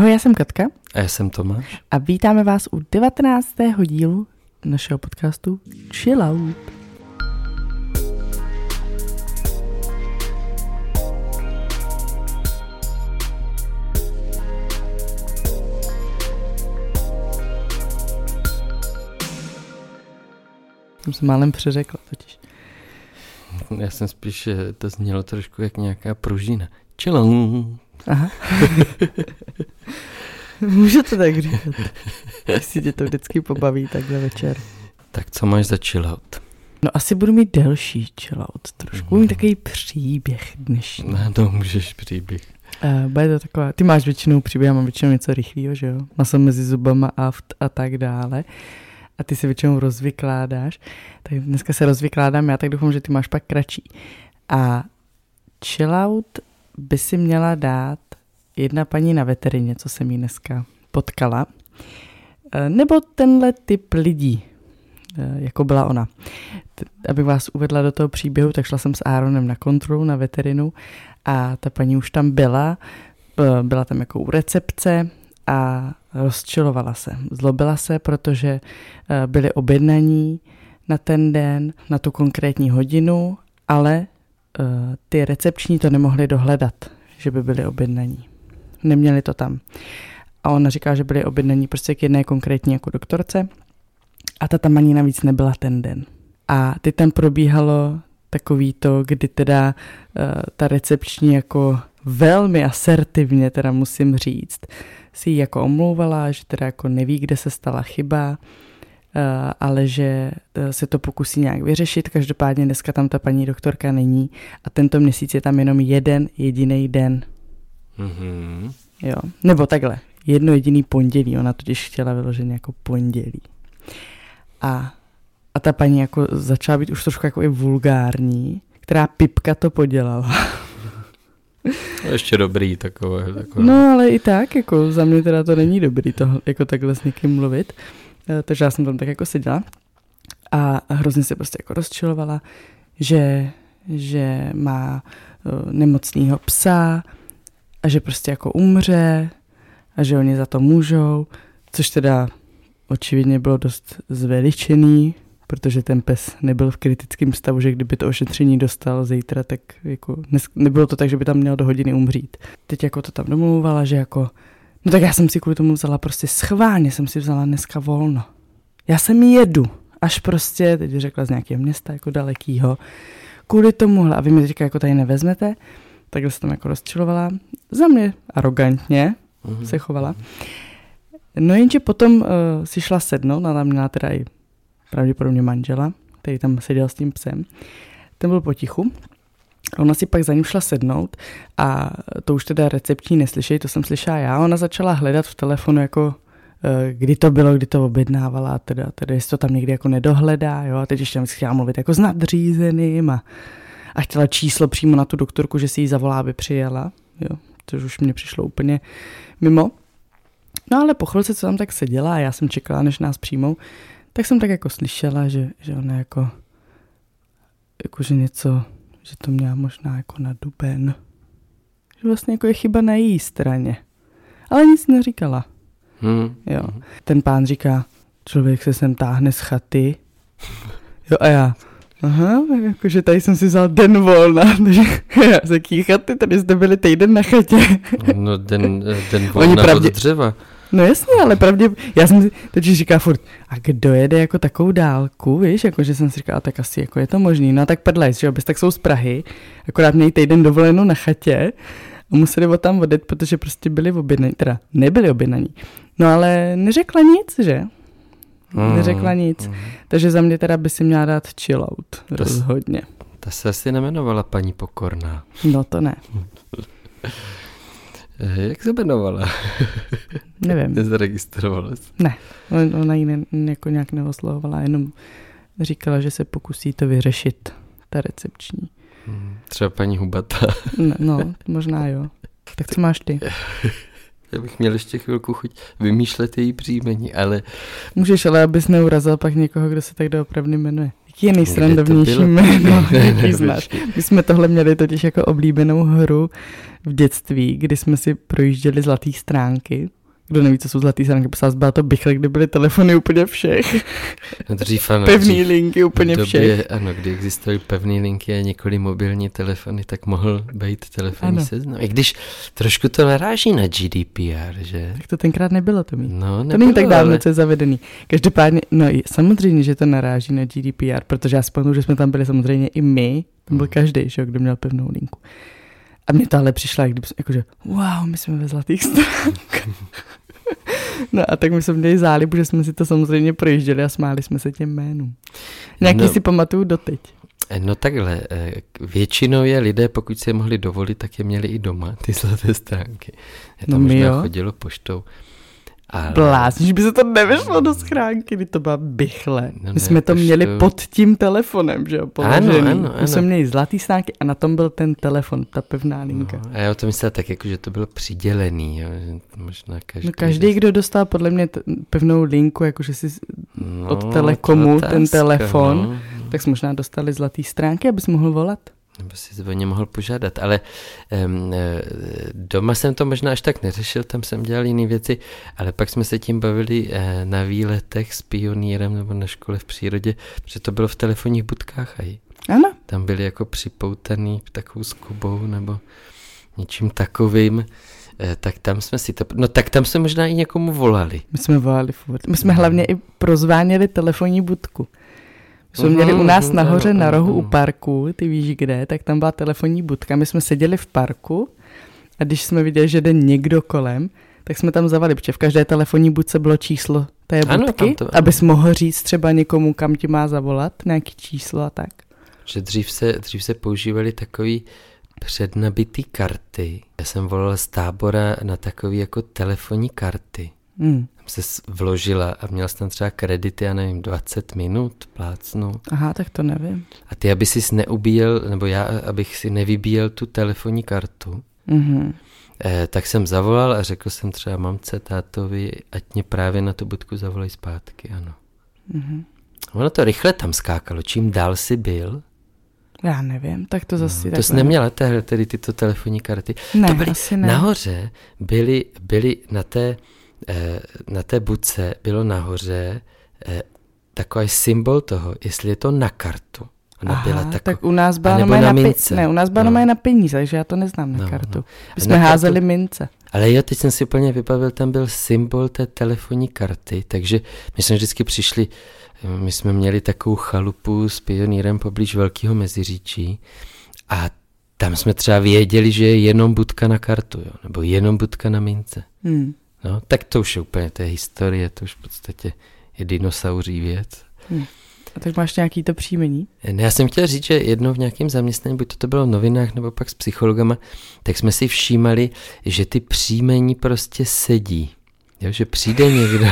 Ahoj, já jsem Katka. A já jsem Tomáš. A vítáme vás u 19. dílu našeho podcastu Chill Out. Jsem se málem přeřekla totiž. Já jsem spíš, to znělo trošku jak nějaká pružina. Chill out. Aha. Můžete tak říkat. Jestli tě to vždycky pobaví takhle večer. Tak co máš za chill out? No asi budu mít delší chill out trošku. Budu mít takový příběh dnešní. No to můžeš příběh. Bude to taková, ty máš většinou příběh, já mám většinou něco rychlého, že jo? Maso mezi zubama a tak dále. A ty se většinou rozvykládáš. Tak dneska se rozvykládám já, tak doufám, že ty máš pak kratší. A chill out by si měla dát jedna paní na veterině, co jsem jí dneska potkala. Nebo tenhle typ lidí, jako byla ona. Abych vás uvedla do toho příběhu, tak šla jsem s Aaronem na kontrolu na veterinu a ta paní už tam byla tam jako u recepce a rozčilovala se. Zlobila se, protože byli objednaní na ten den, na tu konkrétní hodinu, ale ty recepční to nemohli dohledat, že by byli objednaní. Neměli to tam. A ona říká, že byli objednaní prostě k jedné konkrétní jako doktorce a ta tam ani navíc nebyla ten den. A teď tam probíhalo takový to, kdy teda ta recepční jako velmi asertivně, teda musím říct, si ji jako omlouvala, že teda jako neví, kde se stala chyba, ale že se to pokusí nějak vyřešit. Každopádně dneska tam ta paní doktorka není a tento měsíc je tam jenom jeden jediný den. Mm-hmm. Jo, nebo takhle, jedno jediný pondělí, ona totiž chtěla vyloženě jako pondělí. A ta paní jako začala být už trošku jako i vulgární, která pipka to podělala. Ještě dobrý takové. No ale i tak, jako za mě teda to není dobrý to jako takhle s někým mluvit. Takže já jsem tam tak jako seděla a hrozně se prostě jako rozčilovala, že má nemocnýho psa a že prostě jako umře a že oni za to můžou, což teda očividně bylo dost zveličený, protože ten pes nebyl v kritickém stavu, že kdyby to ošetření dostal zítra, tak jako nebylo to tak, že by tam měl do hodiny umřít. Teď jako to tam domluvala, že jako, no tak já jsem si kvůli tomu vzala prostě schválně, jsem si vzala dneska volno. Já sem jedu, až prostě, teď řekla z nějakého města jako dalekýho, kvůli tomuhle, a vy mi teďka jako tady nevezmete, takhle se tam jako rozčilovala, za mě arrogantně se chovala. No jenže potom si šla sednout, a tam měla teda i pravděpodobně manžela, který tam seděl s tím psem. Ten byl potichu. Ona si pak za ním šla sednout a to už teda recepční neslyšej, to jsem slyšela já. Ona začala hledat v telefonu, jako kdy to bylo, kdy to objednávala, teda jestli to tam někdy jako nedohledá, jo, a teď ještě chtěla mluvit jako s nadřízeným a chtěla číslo přímo na tu doktorku, že si ji zavolá, aby přijela, jo, což už mě přišlo úplně mimo. No ale po chvilce, co tam tak seděla a já jsem čekala, než nás přijmou, tak jsem tak jako slyšela, že ona jako že něco, že to měla možná jako na duben. Že vlastně jako je chyba na její straně. Ale nic neříkala. Jo. Ten pán říká, člověk se sem táhne z chaty. Jo a já, aha, jakože tady jsem si vzal den volna, takže z jaký chaty, tady jste byli týden na chatě. No den volna od dřeva. No jasně, ale já jsem si totiž říká furt, a kdo jede jako takovou dálku, víš, jakože jsem si říkala, tak asi jako je to možný, no tak prdlejs, že jo, bez tak jsou z Prahy, akorát měli týden dovolenou na chatě a museli tam odjet, protože prostě byli objednaní, teda nebyli objednaní, no ale neřekla nic, že? Neřekla nic, takže za mě teda by si měla dát chill out, rozhodně. Ta se asi nemenovala paní Pokorná. No to ne. Jak se jmenovala? Nevím. Nezaregistrovala jsi? Ne, ona ji jako nějak neoslovovala, jenom říkala, že se pokusí to vyřešit, ta recepční. Třeba paní Hubata. No, možná jo. Tak co máš ty? Já bych měl ještě chvilku chuť vymýšlet její příjmení, ale... Můžeš, ale abys neurazil pak někoho, kdo se tak doopravdy jmenuje. Jaký je nejsrandovnější jméno, jaký znáš? My jsme tohle měli totiž jako oblíbenou hru v dětství, kdy jsme si projížděli zlatý stránky Kdo neví, co jsou zlatý stránky, byla to bychle, kde byly telefony úplně všech. No dřív, ano, pevný linky úplně všech. Ano, kdy existovaly pevné linky a několik mobilní telefony, tak mohl být telefonní seznam. I když trošku to naráží na GDPR, že? Tak to tenkrát nebylo to mít. No, to není tak dávno, co je zavedený. Každopádně, no samozřejmě, že to naráží na GDPR, protože já si pamatuju, že jsme tam byli samozřejmě i my, tam byl každý, že, kdo měl pevnou linku. A mě to ale přišla, jakože wow, my jsme ve zlatých stránkách. No a tak my jsme měli zálibu, že jsme si to samozřejmě projížděli a smáli jsme se těm jménům. Nějaký si pamatuju doteď. No takhle, většinou je lidé, pokud si je mohli dovolit, tak je měli i doma, ty zlaté stránky. To možná chodilo poštou. Ale... Blázníš, by se to nevešlo do schránky, kdy to byla bychle. No my jsme to měli pod tím telefonem, že jo, položený. Ano. My jsme měli zlatý stránky a na tom byl ten telefon, ta pevná linka. No, a já o tom myslel tak, jako, že to bylo přidělený. Jo, možná každý, kdo dostal podle mě pevnou linku, jakože si od Telekomu ten telefon, tak jsme možná dostali zlatý stránky, abys mohl volat. Nebo si o ně mohl požádat, ale doma jsem to možná až tak neřešil, tam jsem dělal jiné věci, ale pak jsme se tím bavili na výletech s pionýrem nebo na škole v přírodě, protože to bylo v telefonních budkách Ano. Tam byli jako připoutaný takovou skobou nebo něčím takovým, tak tam jsme si to, tak tam jsme možná i někomu volali. My jsme volali, my jsme hlavně i prozváněli telefonní budku. Jsme měli u nás nahoře na rohu u parku, ty víš kde, tak tam byla telefonní budka. My jsme seděli v parku a když jsme viděli, že jde někdo kolem, tak jsme tam zavali, protože v každé telefonní budce bylo číslo té budky, abys mohl říct třeba někomu, kam ti má zavolat, nějaký číslo a tak. Že dřív se používaly takový přednabitý karty. Já jsem volal z Tábora na takový jako telefonní karty. Se vložila a měla jsi tam třeba kredity, já nevím, 20 minut, plácnu. Aha, tak to nevím. A ty, aby jsi neubíjel, nebo já, abych si nevybíjel tu telefonní kartu, tak jsem zavolal a řekl jsem třeba mamce, tátovi, ať mě právě na tu budku zavolají zpátky, ano. Ono to rychle tam skákalo, čím dál si byl. Já nevím, tak to zase... To jsi neměla tedy tyto telefonní karty. Ne, to byly, asi ne. Nahoře byly na té budce bylo nahoře takový symbol toho, jestli je to na kartu. Ona byla tak u nás byla na mince. Ne, u nás byla na peníze, takže já to neznám na kartu. My jsme házeli mince. Ale jo, teď jsem si úplně vybavil, tam byl symbol té telefonní karty, takže my jsme vždycky přišli, my jsme měli takovou chalupu s pionýrem poblíž Velkého Meziříčí a tam jsme třeba věděli, že je jenom budka na kartu, jo, nebo jenom budka na mince. No, tak to už je úplně, to je historie, to už v podstatě je dinosauří věc. A tak máš nějaký to příjmení? Ne, já jsem chtěl říct, že jednou v nějakém zaměstnání, buď to bylo v novinách, nebo pak s psychologama, tak jsme si všímali, že ty příjmení prostě sedí. Jo, že přijde někdo...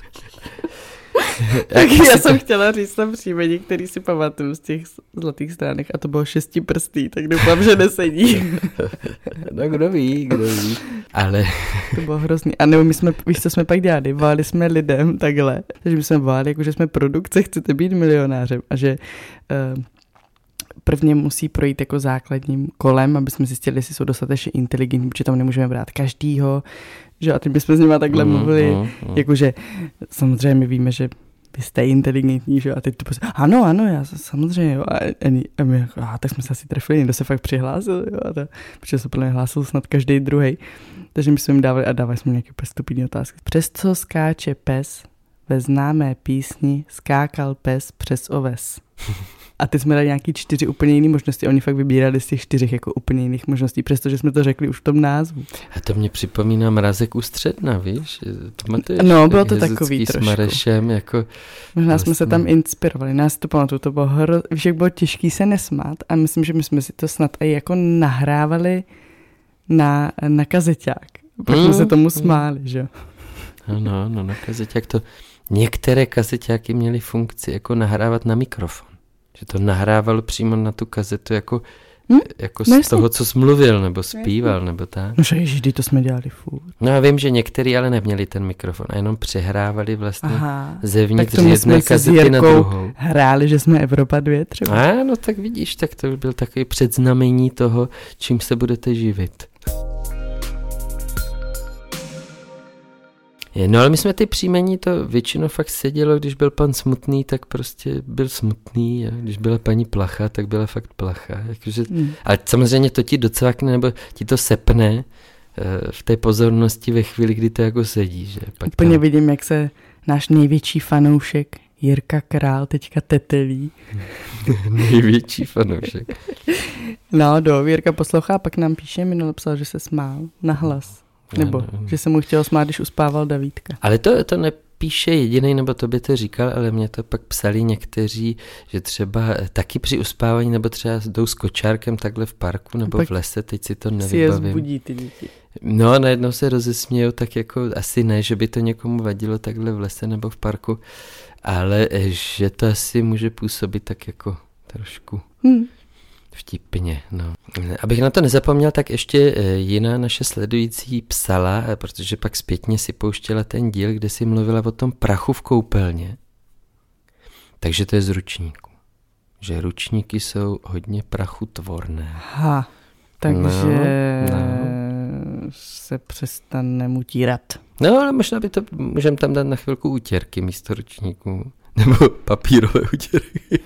Tak já jsem chtěla říct tam příjmení, který si pamatuju z těch zlatých stránek a to bylo 6prstý, tak doufám, že nesedí. No kdo ví. Ale... To bylo hrozný. A nebo víš, co jsme pak dělali? Volali jsme lidem takhle, takže my jsme volali, jako že jsme produkce, chcete být milionářem a že prvně musí projít jako základním kolem, aby jsme zjistili, jestli jsou dostatečně inteligentní, protože tam nemůžeme brát každýho, že a teď bychom s nimi takhle mluvili, jakože samozřejmě my víme, že vy jste inteligentní, že a teď to prostě, ano, já samozřejmě, jo, a my jako, tak jsme se asi trefili, někdo se fakt přihlásil, jo, protože se plně hlásil snad každý druhej, takže my jsme jim dávali jsme nějaké stupidní otázky. Přes co skáče pes ve známé písni Skákal pes přes oves? A teď jsme dali nějaký 4 úplně jiné možnosti. Oni fakt vybírali z těch 4 jako úplně jiných možností, přestože jsme to řekli už v tom názvu. A to mě připomíná Mrazek u Středna, víš? Pamatuješ? No, bylo to takový trošku. S Marešem, jako... Možná vlastně... jsme se tam inspirovali. Nás to pamatuju, to bylo víš, jak bylo těžký se nesmát a myslím, že my jsme si to snad i jako nahrávali na kazeťák. Pak jsme se tomu smáli, že jo? No, na kazeťák to... Některé kazeťáky měly funkci jako nahrávat na mikrofon. Že to nahrávalo přímo na tu kazetu jako z toho, co jsi mluvil, nebo zpíval, nebo tak. No že ježiš, to jsme dělali furt. No a vím, že některý ale neměli ten mikrofon a jenom přehrávali vlastně zevnitř jedné kazety na druhou. Hráli, že jsme Evropa 2 třeba. No tak vidíš, tak to byl takový předznamení toho, čím se budete živit. No ale my jsme ty příjmení, to většinou fakt sedělo, když byl pan Smutný, tak prostě byl Smutný a když byla paní Placha, tak byla fakt Placha. Jakože, ale samozřejmě to ti docvakne, nebo ti to sepne v té pozornosti ve chvíli, kdy to jako sedí. Že? Pak úplně vidím, jak se náš největší fanoušek Jirka Král teďka tetelí. Největší fanoušek. No, Jirka poslouchá, pak nám píše, minule psal, že se smál nahlas. Nebo že se mu chtělo smát, když uspával Davídka. Ale to nepíše jediný, nebo tobě to říkal, ale mě to pak psali někteří, že třeba taky při uspávání, nebo třeba jdou s kočárkem takhle v parku, nebo v lese, teď si to nevybavím. Si je zbudí ty děti. No a najednou se rozesmějou, tak jako asi ne, že by to někomu vadilo takhle v lese nebo v parku, ale že to asi může působit tak jako trošku vtipně. No. Abych na to nezapomněl, tak ještě jiná naše sledující psala, protože pak zpětně si pouštěla ten díl, kde si mluvila o tom prachu v koupelně. Takže to je z ručníku. Že ručníky jsou hodně prachutvorné. Aha, takže se přestaneme utírat. No, ale možná by to můžeme tam dát na chvilku útěrky místo ručníků. Nebo papírové útěrky.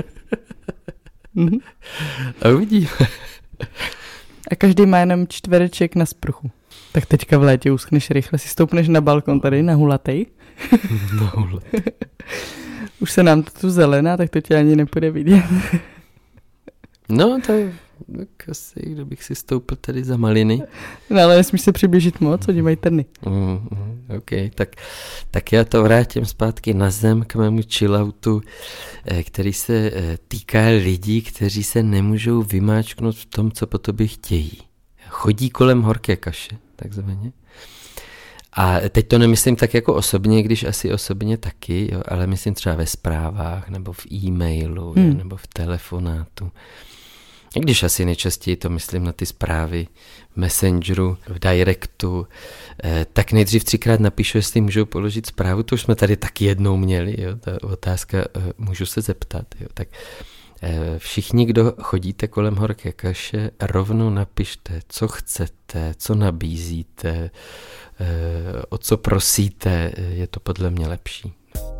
A uvidíme. A každý má jenom čtvereček na sprchu. Tak teďka v létě uschneš rychle, si stoupneš na balkon tady na hulatej. Na hulatej. Už se nám to tu zelená, tak to tě ani nepůjde vidět. No, tak asi, kdybych si stoupil tady za maliny. No, ale nesmíš se přiblížit moc, oni mají trny. OK, tak já to vrátím zpátky na zem k mému chilloutu, který se týká lidí, kteří se nemůžou vymáčknout v tom, co po tobě chtějí. Chodí kolem horké kaše, takzvaně. A teď to nemyslím tak jako osobně, když asi osobně taky, jo, ale myslím třeba ve zprávách, nebo v e-mailu, nebo v telefonátu. I když asi nejčastěji to myslím na ty zprávy v Messengeru, v Directu, tak nejdřív 3krát napíšu, jestli můžou položit zprávu, to už jsme tady taky jednou měli, jo, ta otázka, můžu se zeptat, jo, tak všichni, kdo chodíte kolem horké kaše, rovnou napište, co chcete, co nabízíte, o co prosíte, je to podle mě lepší.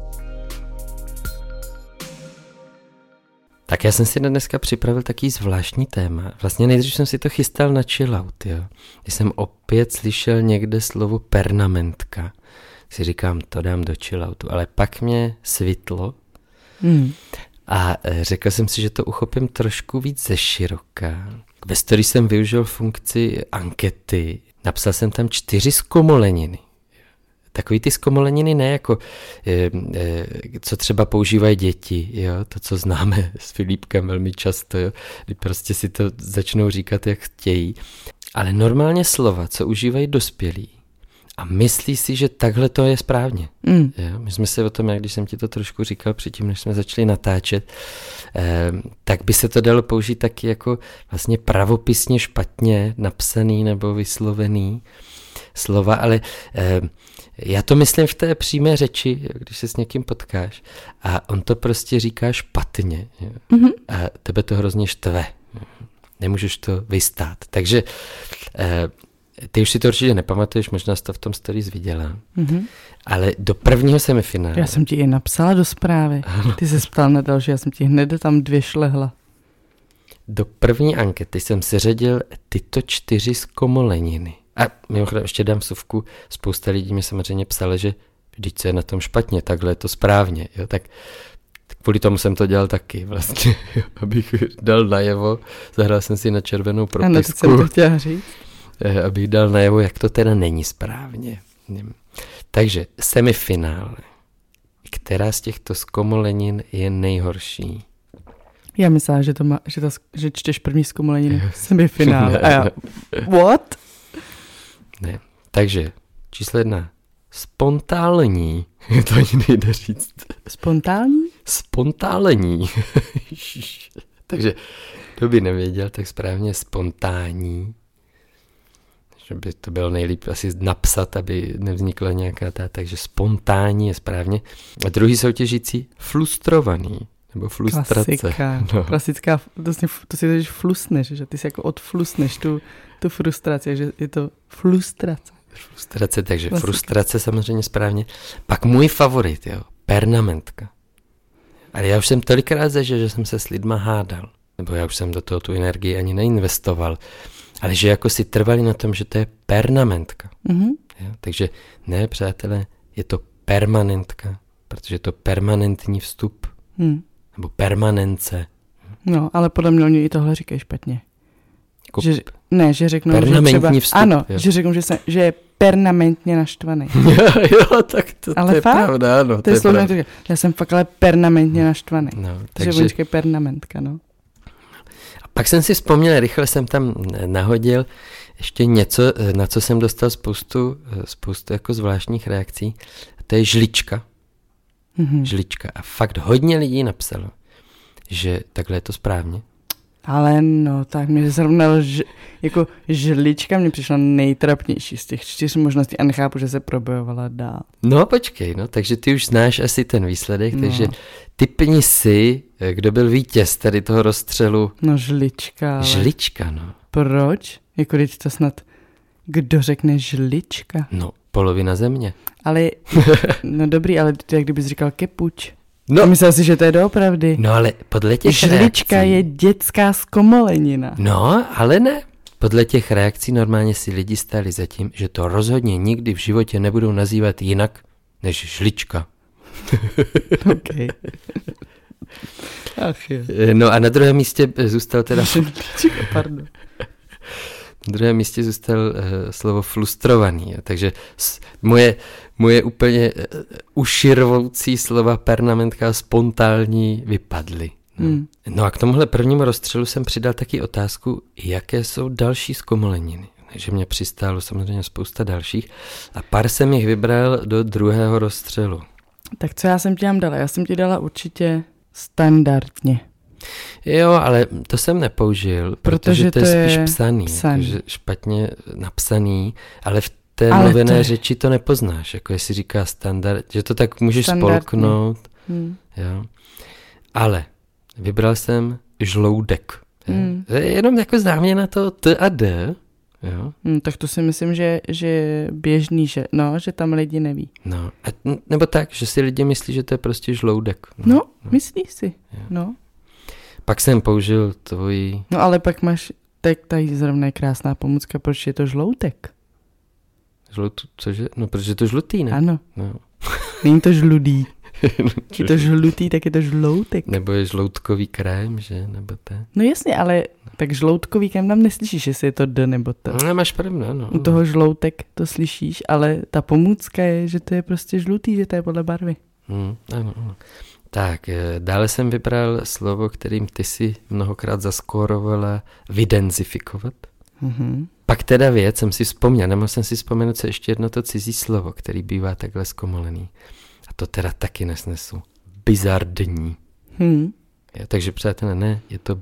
Tak já jsem si dneska připravil taký zvláštní téma. Vlastně nejdřív jsem si to chystal na chillout, jo. Když jsem opět slyšel někde slovo pernamentka, si říkám, to dám do chilloutu, ale pak mě svitlo a řekl jsem si, že to uchopím trošku víc ze široka. Ve story jsem využil funkci ankety, napsal jsem tam 4 zkomoleniny. Takový ty zkomoleniny ne jako, co třeba používají děti, jo? To, co známe s Filipkem velmi často, jo? Kdy prostě si to začnou říkat, jak chtějí. Ale normálně slova, co užívají dospělí a myslí si, že takhle to je správně. Jo? My jsme se o tom, jak když jsem ti to trošku říkal předtím, než jsme začali natáčet, tak by se to dalo použít taky jako vlastně pravopisně špatně napsaný nebo vyslovený slova, ale já to myslím v té přímé řeči, když se s někým potkáš a on to prostě říká špatně a tebe to hrozně štve. Nemůžeš to vystát. Takže ty už si to určitě nepamatuješ, možná jsi to v tom stories viděla, ale do prvního semifinále. Já jsem ti i napsala do zprávy. Ty se ptal na další, já jsem ti hned tam 2 šlehla. Do první ankety jsem seřadil tyto 4 zkomoleniny. A mimochodem ještě dám vsuvku, spousta lidí mi samozřejmě psala, že vždyť co je na tom špatně, takhle je to správně, jo, tak kvůli tomu jsem to dělal taky vlastně, jo, abych dal najevo, zahrál jsem si na červenou propisku. Ano, to jsem to chtěla říct. Abych dal najevo, jak to teda není správně. Takže semifinále, která z těchto zkomolenin je nejhorší? Já myslela, že čteš první zkomoleninu v semifinále. A já, what? Ne, takže číslo 1. Spontánní. To ani nejde říct. Spontánní? Spontánní. Takže kdo by nevěděl, tak správně spontánní. Že by to bylo nejlíp asi napsat, aby nevznikla nějaká takže spontánní je správně. A druhý soutěžící frustrovaný. Nebo frustrace. Klasická, to si flusneš, že ty si jako odflusneš tu frustraci, že je to frustrace. Frustrace, takže frustrace samozřejmě správně. Pak můj favorit, jo, permanentka. Ale já už jsem tolikrát zažil, že jsem se s lidma hádal. Nebo já už jsem do toho tu energii ani neinvestoval. Ale že jako si trvali na tom, že to je permanentka. Takže ne, přátelé, je to permanentka, protože je to permanentní vstup. Nebo permanence. No, ale podle mě oni i tohle říkají špatně. Jako že řeknou, permanentní že třeba, vstup. Ano, jo. že řeknou, že je permanentně naštvaný. Jo, tak to je pravda, ano. To je pravda. Já jsem fakt ale permanentně naštvaný. No, takže oni říkají permanentka, no. A pak jsem si vzpomněl, rychle jsem tam nahodil ještě něco, na co jsem dostal spoustu jako zvláštních reakcí. To je žlička. Žlička. A fakt hodně lidí napsalo, že takhle je to správně. Ale no, tak mě zrovna jako žlička mě přišla nejtrapnější z těch 4 možností a nechápu, že se probojovala dál. No počkej, no, takže ty už znáš asi ten výsledek, takže tipni si, kdo byl vítěz tady toho rozstřelu. No žlička. Ale... Žlička, no. Proč? Jako teď to snad, kdo řekne žlička? No, polovina země. Ale, no dobrý, ale to jak kdybys říkal kepuč. No. Myslel si, že to je doopravdy. No ale podle těch žlička reakcí... je dětská zkomolenina. No, ale ne. Podle těch reakcí normálně si lidi stáli za tím, že to rozhodně nikdy v životě nebudou nazývat jinak než žlička. Okay. Ach jo. No a na druhém místě zůstal teda... Pardon. Na druhém místě zůstal slovo frustrovaný. Takže moje úplně uširvoucí slova permanentka a spontánní vypadly. No a k tomuhle prvnímu rozstřelu jsem přidal taky otázku, jaké jsou další zkomoleniny. Takže mě přistálo samozřejmě spousta dalších a pár jsem jich vybral do druhého rozstřelu. Tak co já jsem ti dala? Já jsem ti dala určitě standardně. Jo, ale to jsem nepoužil, protože to je spíš psaný. Takže špatně napsaný, ale v té mluvené řeči to nepoznáš, jako jestli říká standard, že to tak můžeš spolknout. Jo. Ale vybral jsem žloudek. Jenom jako záměna na to T a D. Jo. Tak to si myslím, že je běžný, že tam lidi neví. No, nebo tak, že si lidi myslí, že to je prostě žloudek. No, myslíš si. Jo. No. Pak jsem použil tvoji... No ale pak máš, tak tady zrovna je krásná pomůcka, proč je to žloutek? Cože? No, protože je to žlutý, ne? Ano. No. Není to žludý. Je to žlutý, tak je to žloutek. Nebo je žloutkový krém, že? Nebo to. No jasně, ale tak žloutkový krém tam neslyšíš, jestli je to D nebo T. No, máš pravdu, no. U toho žloutek to slyšíš, ale ta pomůcka je, že to je prostě žlutý, že to je podle barvy. Ano. Tak, dále jsem vybral slovo, kterým ty si mnohokrát zaskórovala vydenzifikovat. Pak teda věc, jsem si vzpomněl, nemohl jsem si vzpomenout se ještě jedno to cizí slovo, který bývá takhle zkomolený. A to teda taky nesnesu. Bizardní. Takže přátelé, ne, je to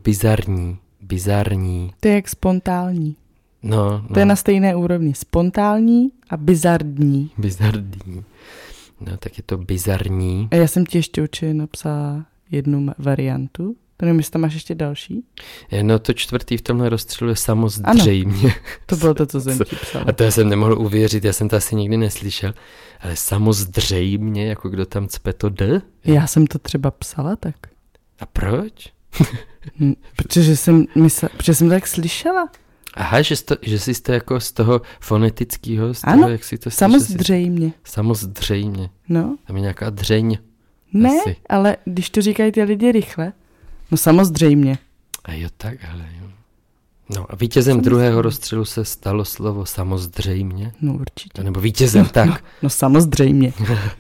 bizarní. To je jak spontánní. No. To je na stejné úrovni. Spontánní a bizardní. Bizardní. No, tak je to bizarní. A já jsem ti ještě určitě napsala jednu variantu. To nevím, jestli tam máš ještě další. No to čtvrtý v tomhle rozstřelu je samozřejmě. Ano, to bylo to, co jsem ti psala. A to já jsem nemohl uvěřit, já jsem to asi nikdy neslyšel. Ale samozřejmě, jako kdo tam cpe to D? Já jsem to třeba psala tak. A proč? Protože jsem tak slyšela. Aha, že jsi to jako z toho fonetického, z toho, ano, jak si to samozřejmě. Samozřejmě. No. Tam je nějaká dřeň. Ne, asi. Ale když to říkají ty lidi rychle, no samozřejmě. A jo, takhle, jo. No a vítězem druhého rozstřelu se stalo slovo samozřejmě. No určitě. Nebo vítězem, tak. No samozřejmě.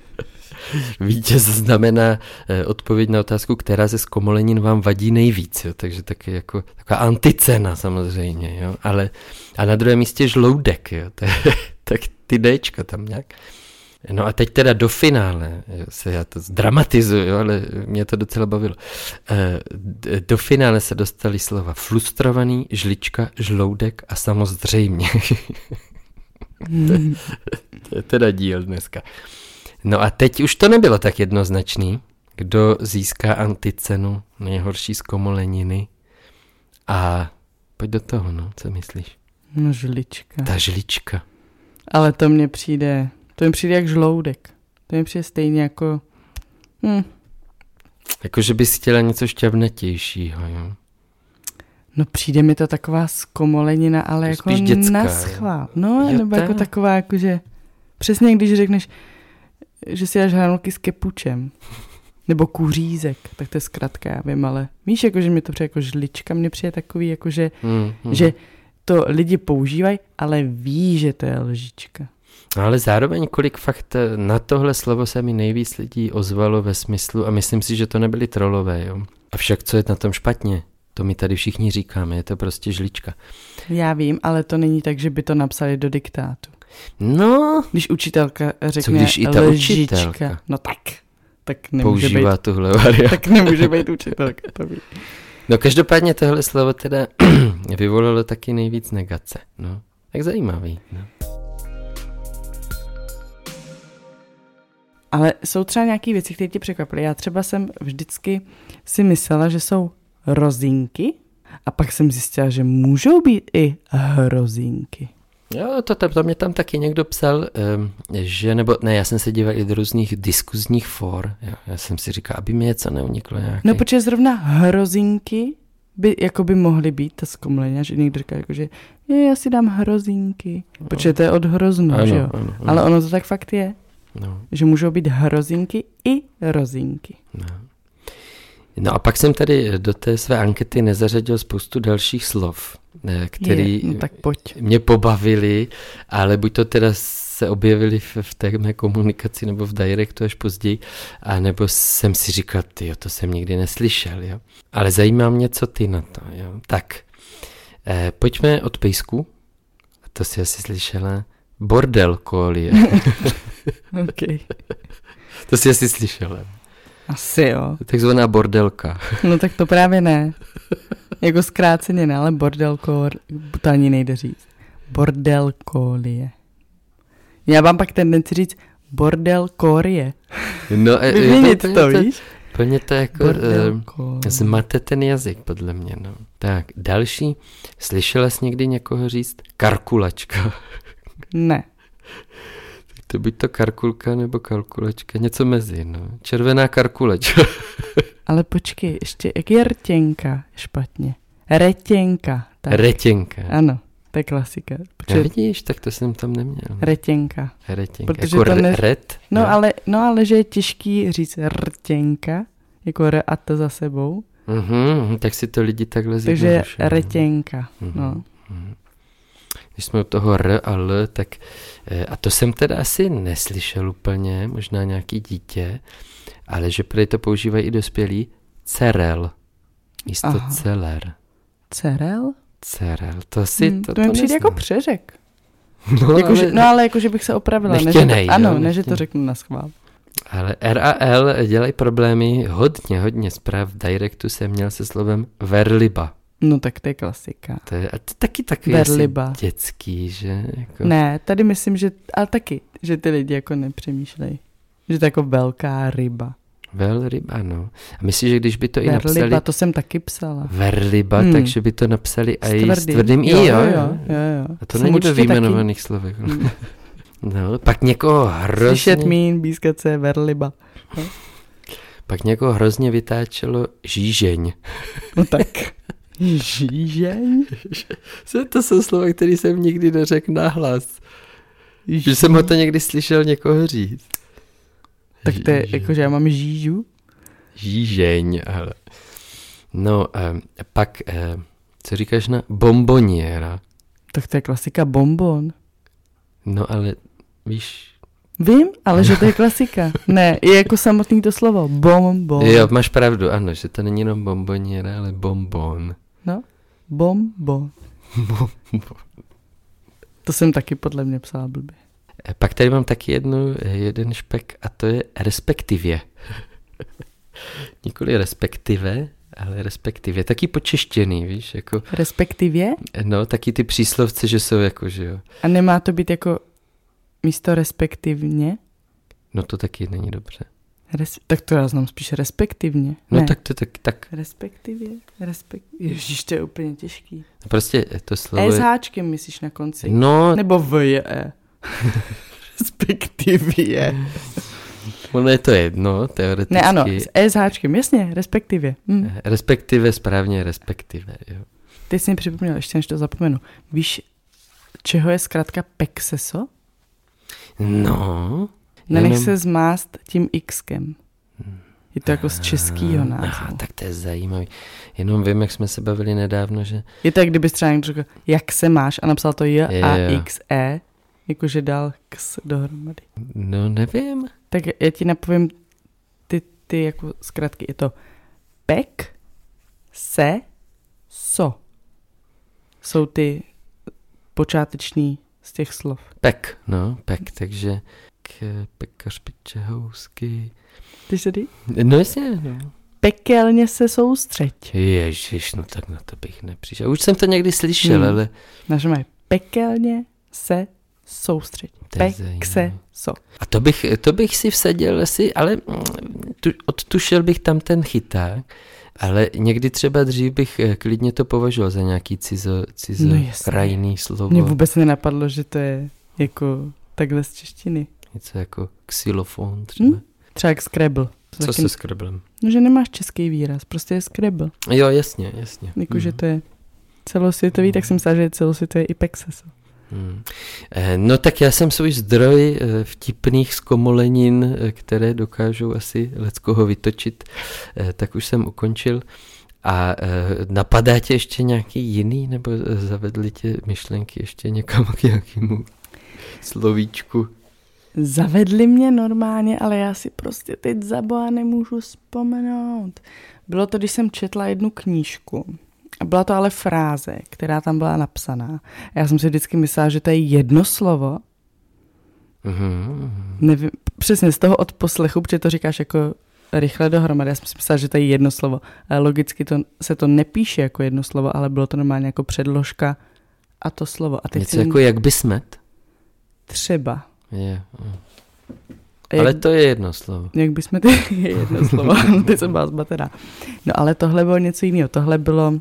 Vítěz znamená odpověď na otázku, která ze zkomolenin vám vadí nejvíc, jo? Takže taky jako taková anticena samozřejmě, jo? Ale a na druhém místě žloudek, jo? Tak ty Dčka tam nějak. No a teď teda do finále, já to zdramatizuju, jo? Ale mě to docela bavilo. Do finále se dostali slova frustrovaný, žlička, žloudek a samozřejmě. To je teda díl dneska. No a teď už to nebylo tak jednoznačný, kdo získá anticenu nejhorší zkomoleniny. A pojď do toho, no, co myslíš? No žlička. Ta žlička. Ale to mi přijde jak žloudek. To mi přijde stejně jako... Jako, že bys chtěla něco šťavnatějšího, jo? No přijde mi to taková zkomolenina, ale to jako spíš dětská, naschvál. No, jo, nebo jako taková, jakože... Přesně když řekneš, že si dáš hranolky s kepučem. Nebo kuřízek, tak to je zkratka, já vím, ale víš, jako, že mi to přijde jako žlička, mně přijde takový, jako, že to lidi používají, ale ví, že to je lžička. Ale zároveň kolik fakt na tohle slovo se mi nejvíc lidí ozvalo ve smyslu, a myslím si, že to nebyli trolové, jo. Avšak co je na tom špatně? To my tady všichni říkáme, je to prostě žlička. Já vím, ale to není tak, že by to napsali do diktátu. No. Když učitelka řekne co když i ta lžička, učitelka? no tak nemůže používá být, tuhle variantu. tak nemůže být učitelka, to ví. No každopádně tohle slovo teda vyvolalo taky nejvíc negace, no. Tak zajímavý, no. Ale jsou třeba nějaké věci, které tě překvapily. Já třeba jsem vždycky si myslela, že jsou rozinky a pak jsem zjistila, že můžou být i hrozinky. Jo, to mě tam taky někdo psal, že, nebo ne, já jsem se díval i do různých diskuzních for, jo, já jsem si říkal, aby mi něco neuniklo nějaký. No protože zrovna hrozinky by mohly být, ta zkomlenia, že někdo říká, jako, že já si dám hrozinky, protože to je od hroznu, ano, že jo? Ano. Ale ono to tak fakt je, že můžou být hrozinky i rozinky. No a pak jsem tady do té své ankety nezařadil spoustu dalších slov, které mě pobavily, ale buď to teda se objevily v té mé komunikaci nebo v directu až později, a nebo jsem si říkal, tyjo, to jsem nikdy neslyšel, jo. Ale zajímá mě, co ty na to, jo. Tak, pojďme od pejsku, to si asi slyšela, bordel kolie. Okay. To si asi slyšela. Asi jo. Takzvaná bordelka. No tak to právě ne. Jako zkráceně ne, ale bordelko, to ani nejde říct. Bordelkolie. Já mám pak tendenci říct bordelkorie. No, vyměnit to, víš? Plně to jako zmate ten jazyk, podle mě. No. Tak, další. Slyšela jsi někdy někoho říct karkulačka? Ne. To buď to karkulka nebo kalkulačka, něco mezi, no. Červená karkulačka. Ale počkej, ještě, jak je rtěnka špatně? Retěnka. Tak. Retěnka. Ano, to je klasika. Vidíš, tak to jsem tam neměl. Retěnka. Protože jako to ret? No ale že je těžký říct rtěnka, jako r a t za sebou. Tak si to lidi takhle zjednodušují. Takže retěnka, no. Když jsme u toho R a L, tak a to jsem teda asi neslyšel úplně, možná nějaký dítě, ale že prý to používají i dospělí, cerel, místo celer. Cerel? Cerel, to si to mi přijde jako přeřek. No, ale jakože bych se opravila. Ne, že to řeknu na schvál. Ale R a L dělají problémy, hodně zpráv v directu jsem měl se slovem verliba. No tak to je klasika. To je taky takový asi dětský, že? Jako... Ne, tady myslím, že, ale taky, že ty lidi jako nepřemýšlejí. Že to je jako velká ryba. Velryba, no. A myslíš, že když by to i napsali... Verliba, to jsem taky psala. Verliba, takže by to napsali i s tvrdým i, jo. A to není ve vyjmenovaných slovech. No, pak někoho hrozně... Slyšet mín, bískat se, verliba. No. Pak někoho hrozně vytáčelo žížeň. No tak... Žížeň? To jsou slova, které jsem nikdy neřekl nahlas. Že jsem ho to někdy slyšel někoho říct. Tak to je jako, že já mám žížu? Žížeň, ale... No, pak, co říkáš na bomboniéra? Tak to je klasika bonbon. No, ale víš... Vím, ale že to je klasika. Ne, je jako samotný to slovo. Bonbon. Jo, máš pravdu, ano, že to není jenom bomboniéra, ale bonbon. No, bonbon. To jsem taky podle mě psala blbě. Pak tady mám taky jeden špek a to je respektivě. Nikoli respektive, ale respektivě. Taky počeštěný, víš, jako... Respektivě? No, taky ty příslovce, že jsou jako, že jo. A nemá to být jako místo respektivně? No to taky není dobře. Tak to já znám spíš respektivně. No ne. tak. Respektivě, Ježíš, to je úplně těžký. Prostě to slovo S háčkem myslíš na konci? No. Nebo V je E. Respektivě. Ono je to jedno, teoreticky. Ne, ano, s E s háčkem, jasně, respektive. Respektive, správně, respektive, jo. Ty jsi mi připomněl, ještě než to zapomenu. Víš, čeho je zkrátka pexeso? No. Nenech se zmást tím xkem. Je to jako z českýho názvu. Tak to je zajímavý. Jenom vím, jak jsme se bavili nedávno, že... Je to, jak kdybys třeba někdo řekl, jak se máš a napsal to J-A-X-E, jakože dal X dohromady. No, nevím. Tak já ti napovím ty jako zkrátky. Je to pek, se, so. Jsou ty počáteční z těch slov. Pek, takže pekař, piče, housky. Ty se dí? No jasně, no. Pekelně se soustřeď. Ježiš, no tak na to bych nepřišel. Už jsem to někdy slyšel, ale... Naše mají pekelně se soustřeď. Pek se so. A to bych si vsadil asi, ale odtušil bych tam ten chyták, ale někdy třeba dřív bych klidně to považoval za nějaký cizo krajný slovo. Mně vůbec nenapadlo, že to je jako takhle z češtiny. Něco jako xylofon třeba. Třeba jak Scrabble. Co se Scrabblem? No, že nemáš český výraz, prostě je Scrabble. Jo, jasně. Jakože to je celosvětový, tak jsem myslela, že je celosvětový i pexeso. No tak já jsem svůj zdroj vtipných zkomolenin, které dokážou asi leckoho vytočit, tak už jsem ukončil. A napadá tě ještě nějaký jiný, nebo zavedli tě myšlenky ještě někam k nějakému slovíčku? Zavedli mě normálně, ale já si prostě teď za boha nemůžu vzpomenout. Bylo to, když jsem četla jednu knížku. Byla to ale fráze, která tam byla napsaná. Já jsem si vždycky myslela, že to je jedno slovo. Nevím, přesně z toho odposlechu, protože to říkáš jako rychle dohromady. Já jsem si myslela, že to je jedno slovo. Ale logicky se to nepíše jako jedno slovo, ale bylo to normálně jako předložka a to slovo. A teď něco jako jak by smet? Třeba. Ale to je jedno slovo. Jak by jsme je jedno slovo. Teď jsem byla zmatená. No ale tohle bylo něco jiného. Tohle bylo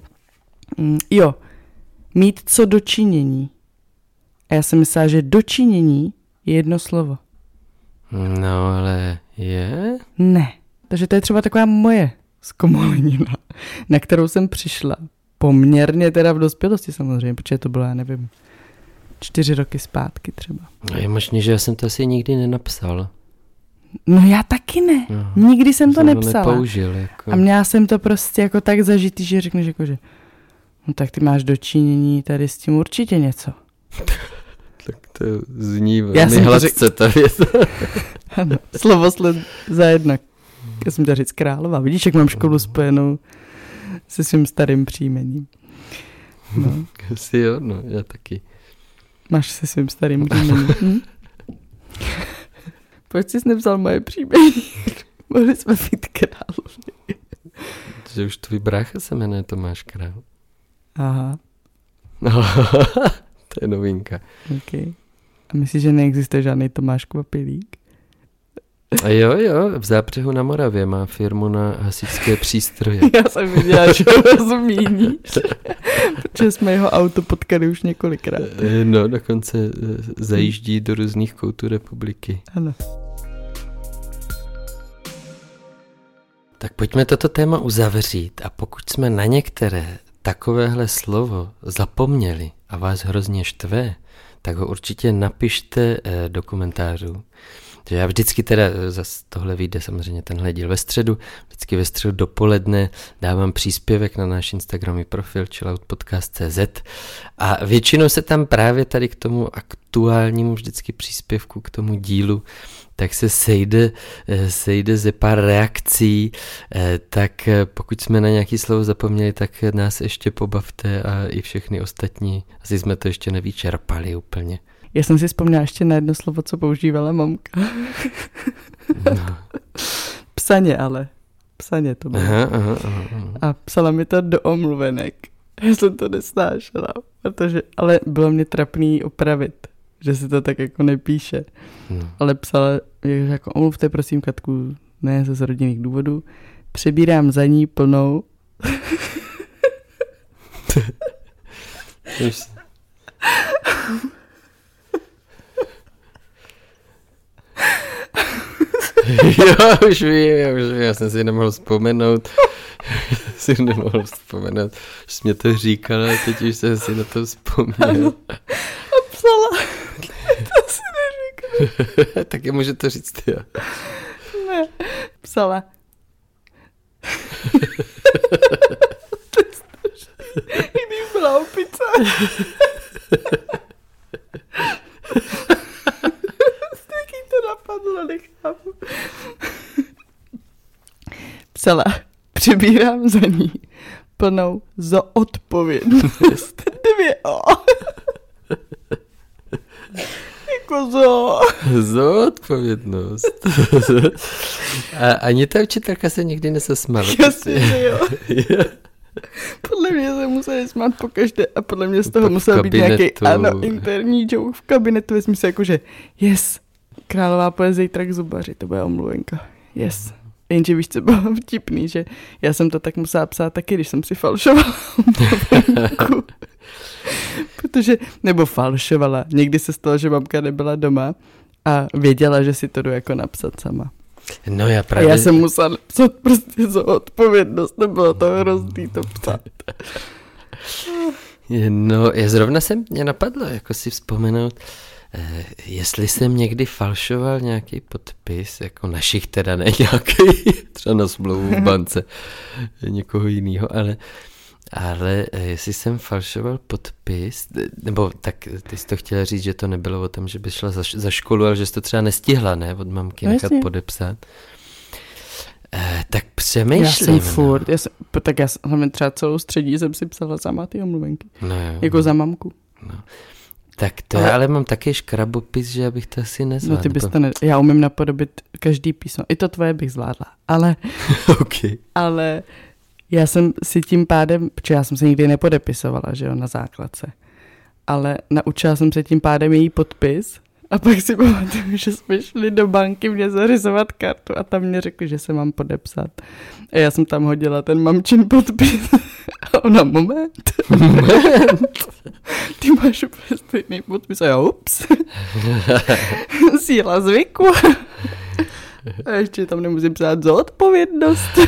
mít co dočinění. A já jsem myslela, že dočinění je jedno slovo. No, ale je? Ne. Takže to je třeba taková moje zkomolenina, na kterou jsem přišla. Poměrně teda v dospělosti samozřejmě, protože to bylo, já nevím, 4 roky zpátky třeba. A je možný, že já jsem to asi nikdy nenapsal. No já taky ne. Nikdy jsem to nepsala. Nepoužil, jako. A měla jsem to prostě jako tak zažitý, že řekneš jako, že no tak ty máš dočinění tady s tím určitě něco. Tak to zní velmi hladce ta věc. Ano, slovo sled za jednak. Já jsem chtěla říct Králová. Vidíš, jak mám školu spojenou se svým starým příjmením. No. Asi jo, no, já taky. Máš se svým starým příjmením. Proč jsi nepsal moje příjmení? Mohli jsme být Královny. Že už tvůj brácha se jmenuje Tomáš Král. Aha. No, to je novinka. Okay. A myslíš, že neexistuje žádný Tomáš Kvapilík? A jo, v Zápřehu na Moravě má firmu na hasičské přístroje. Já jsem viděla, že ho zmíníš. Protože jsme jeho auto potkali už několikrát. No, dokonce zajíždí do různých koutů republiky. Ano. Tak pojďme toto téma uzavřít a pokud jsme na některé takovéhle slovo zapomněli a vás hrozně štve, tak ho určitě napište do komentářů. Že já vždycky teda, zase tohle vyjde samozřejmě tenhle díl ve středu, vždycky ve středu dopoledne dávám příspěvek na náš Instagramový profil chilloutpodcast.cz a většinou se tam právě tady k tomu aktuálnímu vždycky příspěvku, k tomu dílu, tak se sejde ze pár reakcí, tak pokud jsme na nějaký slovo zapomněli, tak nás ještě pobavte a i všechny ostatní, asi jsme to ještě nevyčerpali úplně. Já jsem si vzpomněla ještě na jedno slovo, co používala mamka. No. Psaně to bylo. Aha. A psala mi to do omluvenek. Já jsem to nesnášela, ale bylo mě trapný opravit, že se to tak jako nepíše. No. Ale psala, jako omluvte prosím Katku, ne ze rodinných důvodů, přebírám za ní plnou. Jo, už vím, já jsem si nemohl vzpomenout. Že jsi mě to říkala, teď už jsem si na to vzpomněl. A psala. To si neříkala. Tak je může to říct, jo. Ne, psala. Když byla opice. Taky to napadlo, nechápu. Psala, přebírám za ní plnou zodpovědnost. 2 O. Jako zodpovědnost. A ani ta učitelka se nikdy nesesmala. Jasně, že jo. Podle mě se museli smát pokaždé a podle mě z toho musel být nějaký interní joke v kabinetu. Vezmi se jako, že yes, králová pojede zítra k zubaři, to bude omluvenka. Yes. Jenže víš, co bylo vtipný, že já jsem to tak musela psát taky, když jsem si falšovala omluvenku. Protože, nebo falšovala. Někdy se stalo, že mamka nebyla doma a věděla, že si to jdu jako napsat sama. No já právě... A já jsem musela psat prostě za odpovědnost, nebylo to hrozný to psát. No, zrovna mě napadlo, jako si vzpomenout, jestli jsem někdy falšoval nějaký podpis, jako našich teda ne nějaký, třeba na smlouvu v bance někoho jiného, ale jestli jsem falšoval podpis, nebo tak ty jsi to chtěla říct, že to nebylo o tom, že by šla za školu, ale že jsi to třeba nestihla, ne, od mamky nechat podepsat. Tak přemýšlím. Já jsem furt, tak já jsem třeba celou střední jsem si psala sama ty omluvenky. No jo, jako za mamku. No. Tak to ale mám taky škrabopis, že abych to asi nezvládl. No ty bys to já umím napodobit každý písmo. I to tvoje bych zvládla, ale... Okay. Ale já jsem si tím pádem, protože já jsem se nikdy nepodepisovala, že jo, na základce. Ale naučila jsem se tím pádem její podpis a pak si pamatuju, že jsme šli do banky mě zařizovat kartu a tam mě řekli, že se mám podepsat. A já jsem tam hodila ten mamčin podpis a ona, moment. Ty máš úplně stejný podpis a já, ups. Síla zvyku. A ještě tam nemusím psát za odpovědnost.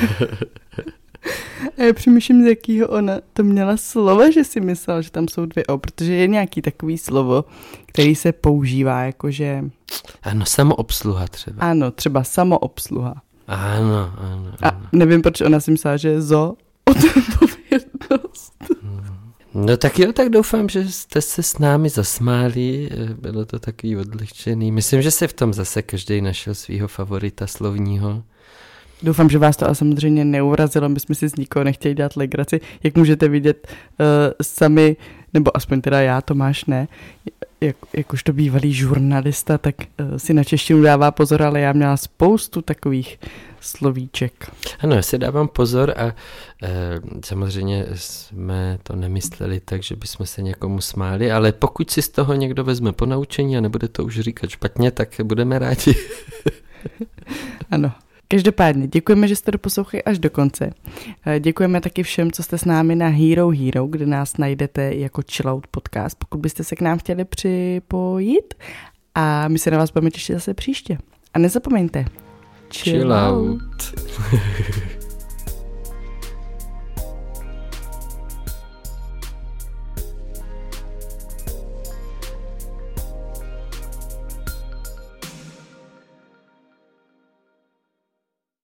A já přemýšlím, z jakýho ona to měla slova, že si myslela, že tam jsou 2 O, protože je nějaký takový slovo, který se používá jakože... Ano, samoobsluha třeba. Ano, třeba samoobsluha. Ano. A nevím, proč ona si myslela, že je odpovědnost. No tak jo, tak doufám, že jste se s námi zasmáli, bylo to takový odlehčený. Myslím, že se v tom zase každý našel svýho favorita slovního. Doufám, že vás to ale samozřejmě neurazilo, my jsme si z nikoho nechtěli dělat legraci. Jak můžete vidět sami, nebo aspoň teda já, Tomáš ne, jakožto bývalý žurnalista, tak si na češtinu dává pozor, ale já měla spoustu takových slovíček. Ano, já si dávám pozor a samozřejmě jsme to nemysleli tak, že bychom se někomu smáli, ale pokud si z toho někdo vezme ponaučení a nebude to už říkat špatně, tak budeme rádi. Ano. Každopádně děkujeme, že jste doposlouchali až do konce. Děkujeme taky všem, co jste s námi na Hero, kde nás najdete jako Chillout podcast, pokud byste se k nám chtěli připojit. A my se na vás budeme těšit zase příště. A nezapomeňte, Chillout.